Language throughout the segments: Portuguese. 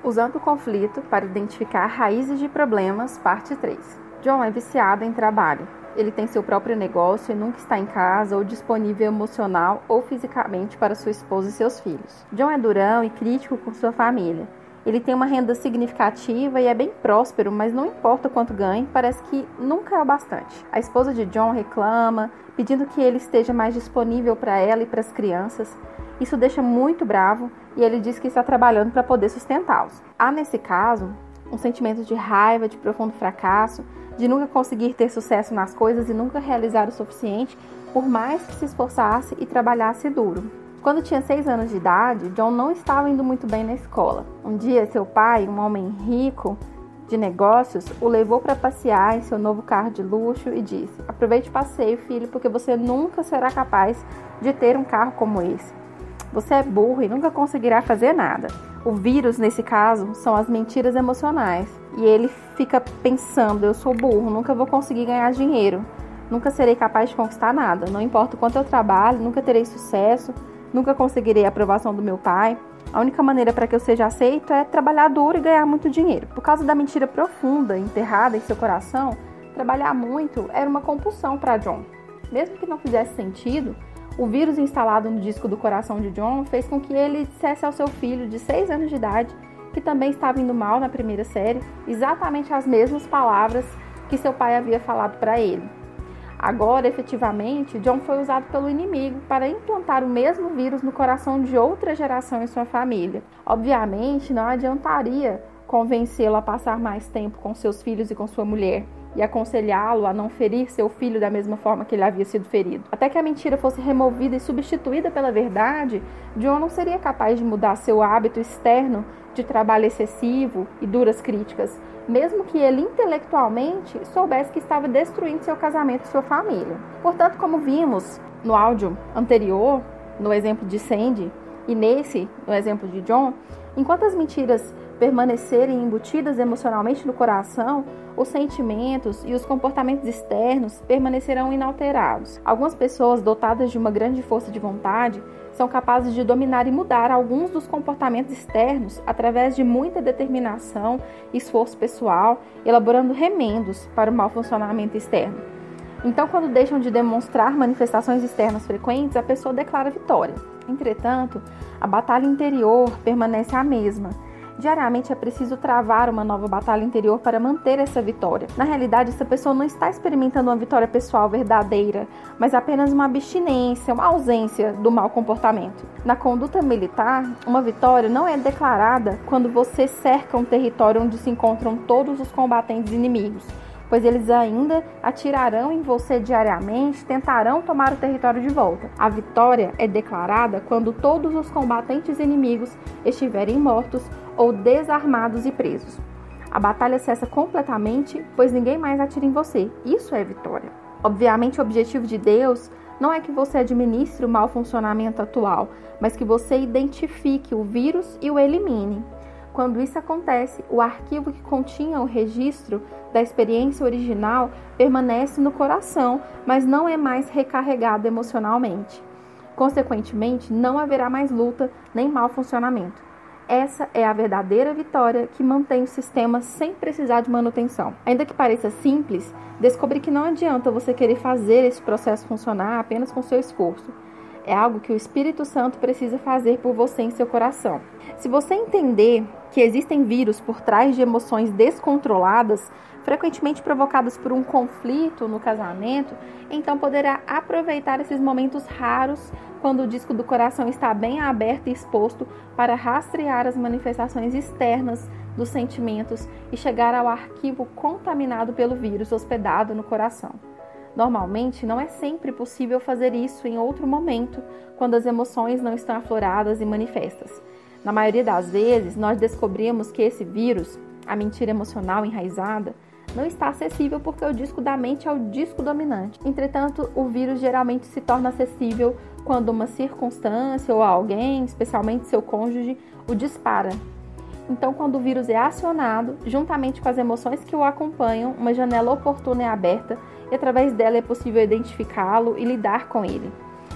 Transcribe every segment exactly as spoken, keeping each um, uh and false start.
Usando o conflito para identificar raízes de problemas, parte três. John é viciado em trabalho. Ele tem seu próprio negócio e nunca está em casa ou disponível emocional ou fisicamente para sua esposa e seus filhos. John é durão e crítico com sua família. Ele tem uma renda significativa e é bem próspero, mas não importa quanto ganhe, parece que nunca é o bastante. A esposa de John reclama, pedindo que ele esteja mais disponível para ela e para as crianças. Isso deixa muito bravo e ele diz que está trabalhando para poder sustentá-los. Há, nesse caso, um sentimento de raiva, de profundo fracasso, de nunca conseguir ter sucesso nas coisas e nunca realizar o suficiente, por mais que se esforçasse e trabalhasse duro. Quando tinha seis anos de idade, John não estava indo muito bem na escola. Um dia, seu pai, um homem rico de negócios, o levou para passear em seu novo carro de luxo e disse: "Aproveite o passeio, filho, porque você nunca será capaz de ter um carro como esse. Você é burro e nunca conseguirá fazer nada." O vírus, nesse caso, são as mentiras emocionais. E ele fica pensando: eu sou burro, nunca vou conseguir ganhar dinheiro, nunca serei capaz de conquistar nada, não importa o quanto eu trabalho, nunca terei sucesso, nunca conseguirei a aprovação do meu pai. A única maneira para que eu seja aceito é trabalhar duro e ganhar muito dinheiro. Por causa da mentira profunda enterrada em seu coração, trabalhar muito era uma compulsão para John. Mesmo que não fizesse sentido, o vírus instalado no disco do coração de John fez com que ele dissesse ao seu filho de seis anos de idade, que também estava indo mal na primeira série, exatamente as mesmas palavras que seu pai havia falado para ele. Agora, efetivamente, John foi usado pelo inimigo para implantar o mesmo vírus no coração de outra geração em sua família. Obviamente, não adiantaria convencê-lo a passar mais tempo com seus filhos e com sua mulher, e aconselhá-lo a não ferir seu filho da mesma forma que ele havia sido ferido. Até que a mentira fosse removida e substituída pela verdade, John não seria capaz de mudar seu hábito externo de trabalho excessivo e duras críticas, mesmo que ele intelectualmente soubesse que estava destruindo seu casamento e sua família. Portanto, como vimos no áudio anterior, no exemplo de Sandy, e nesse, no exemplo de John, enquanto as mentiras permanecerem embutidas emocionalmente no coração, os sentimentos e os comportamentos externos permanecerão inalterados. Algumas pessoas dotadas de uma grande força de vontade são capazes de dominar e mudar alguns dos comportamentos externos através de muita determinação e esforço pessoal, elaborando remendos para o mau funcionamento externo. Então, quando deixam de demonstrar manifestações externas frequentes, a pessoa declara vitória. Entretanto, a batalha interior permanece a mesma. Diariamente é preciso travar uma nova batalha interior para manter essa vitória. Na realidade, essa pessoa não está experimentando uma vitória pessoal verdadeira, mas apenas uma abstinência, uma ausência do mau comportamento. Na conduta militar, uma vitória não é declarada quando você cerca um território onde se encontram todos os combatentes inimigos, pois eles ainda atirarão em você diariamente, tentarão tomar o território de volta. A vitória é declarada quando todos os combatentes inimigos estiverem mortos ou desarmados e presos. A batalha cessa completamente, pois ninguém mais atira em você. Isso é vitória. Obviamente, o objetivo de Deus não é que você administre o mau funcionamento atual, mas que você identifique o vírus e o elimine. Quando isso acontece, o arquivo que continha o registro da experiência original permanece no coração, mas não é mais recarregado emocionalmente. Consequentemente, não haverá mais luta nem mau funcionamento. Essa é a verdadeira vitória que mantém o sistema sem precisar de manutenção. Ainda que pareça simples, descobri que não adianta você querer fazer esse processo funcionar apenas com seu esforço. É algo que o Espírito Santo precisa fazer por você em seu coração. Se você entender que existem vírus por trás de emoções descontroladas, frequentemente provocadas por um conflito no casamento, então poderá aproveitar esses momentos raros quando o disco do coração está bem aberto e exposto para rastrear as manifestações externas dos sentimentos e chegar ao arquivo contaminado pelo vírus hospedado no coração. Normalmente, não é sempre possível fazer isso em outro momento, quando as emoções não estão afloradas e manifestas. Na maioria das vezes, nós descobrimos que esse vírus, a mentira emocional enraizada, não está acessível porque o disco da mente é o disco dominante. Entretanto, o vírus geralmente se torna acessível quando uma circunstância ou alguém, especialmente seu cônjuge, o dispara. Então, quando o vírus é acionado, juntamente com as emoções que o acompanham, uma janela oportuna é aberta e através dela é possível identificá-lo e lidar com ele.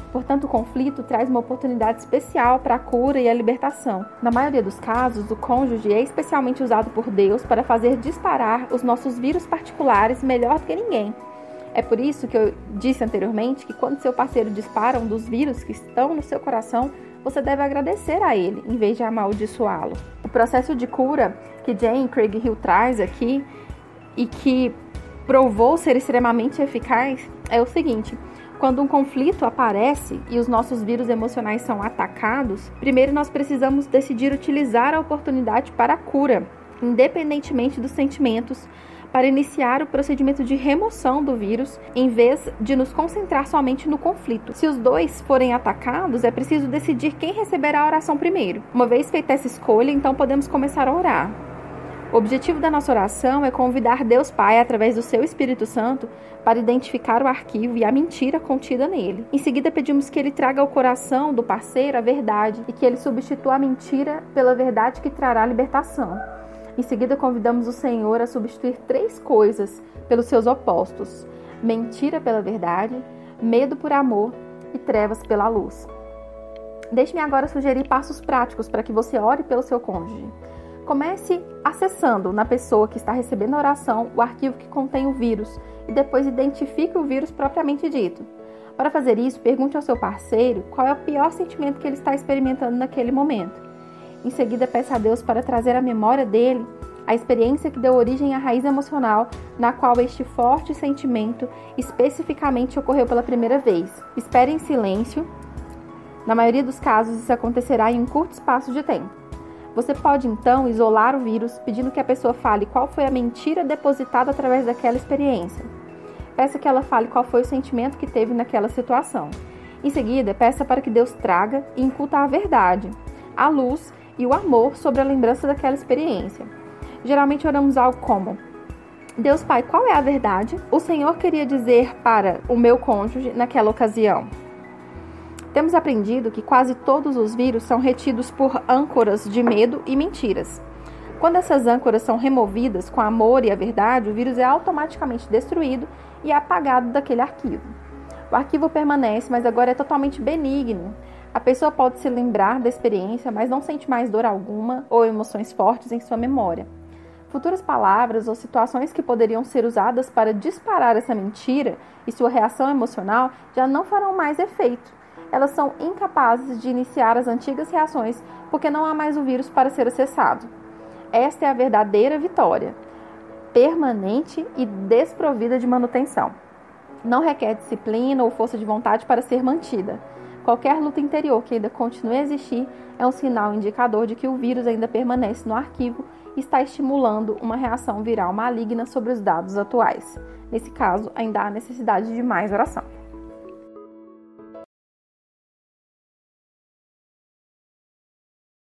Portanto, o conflito traz uma oportunidade especial para a cura e a libertação. Na maioria dos casos, o cônjuge é especialmente usado por Deus para fazer disparar os nossos vírus particulares melhor do que ninguém. É por isso que eu disse anteriormente que quando seu parceiro dispara um dos vírus que estão no seu coração, você deve agradecer a ele, em vez de amaldiçoá-lo. O processo de cura que Jane Craig Hill traz aqui e que provou ser extremamente eficaz é o seguinte: quando um conflito aparece e os nossos vírus emocionais são atacados, primeiro nós precisamos decidir utilizar a oportunidade para a cura, independentemente dos sentimentos, para iniciar o procedimento de remoção do vírus, em vez de nos concentrar somente no conflito. Se os dois forem atacados, é preciso decidir quem receberá a oração primeiro. Uma vez feita essa escolha, então podemos começar a orar. O objetivo da nossa oração é convidar Deus Pai, através do seu Espírito Santo, para identificar o arquivo e a mentira contida nele. Em seguida, pedimos que ele traga ao coração do parceiro a verdade e que ele substitua a mentira pela verdade que trará libertação. Em seguida, convidamos o Senhor a substituir três coisas pelos seus opostos: mentira pela verdade, medo por amor e trevas pela luz. Deixe-me agora sugerir passos práticos para que você ore pelo seu cônjuge. Comece acessando na pessoa que está recebendo a oração o arquivo que contém o vírus e depois identifique o vírus propriamente dito. Para fazer isso, pergunte ao seu parceiro qual é o pior sentimento que ele está experimentando naquele momento. Em seguida, peça a Deus para trazer à memória dele a experiência que deu origem à raiz emocional na qual este forte sentimento especificamente ocorreu pela primeira vez. Espere em silêncio. Na maioria dos casos, isso acontecerá em um curto espaço de tempo. Você pode, então, isolar o vírus, pedindo que a pessoa fale qual foi a mentira depositada através daquela experiência. Peça que ela fale qual foi o sentimento que teve naquela situação. Em seguida, peça para que Deus traga e incuta a verdade, a luz e o amor sobre a lembrança daquela experiência. Geralmente oramos algo como: Deus Pai, qual é a verdade? O Senhor queria dizer para o meu cônjuge naquela ocasião. Temos aprendido que quase todos os vírus são retidos por âncoras de medo e mentiras. Quando essas âncoras são removidas com amor e a verdade, o vírus é automaticamente destruído e apagado daquele arquivo. O arquivo permanece, mas agora é totalmente benigno. A pessoa pode se lembrar da experiência, mas não sente mais dor alguma ou emoções fortes em sua memória. Futuras palavras ou situações que poderiam ser usadas para disparar essa mentira e sua reação emocional já não farão mais efeito. Elas são incapazes de iniciar as antigas reações porque não há mais o vírus para ser acessado. Esta é a verdadeira vitória, permanente e desprovida de manutenção. Não requer disciplina ou força de vontade para ser mantida. Qualquer luta interior que ainda continue a existir é um sinal indicador de que o vírus ainda permanece no arquivo e está estimulando uma reação viral maligna sobre os dados atuais. Nesse caso, ainda há necessidade de mais oração.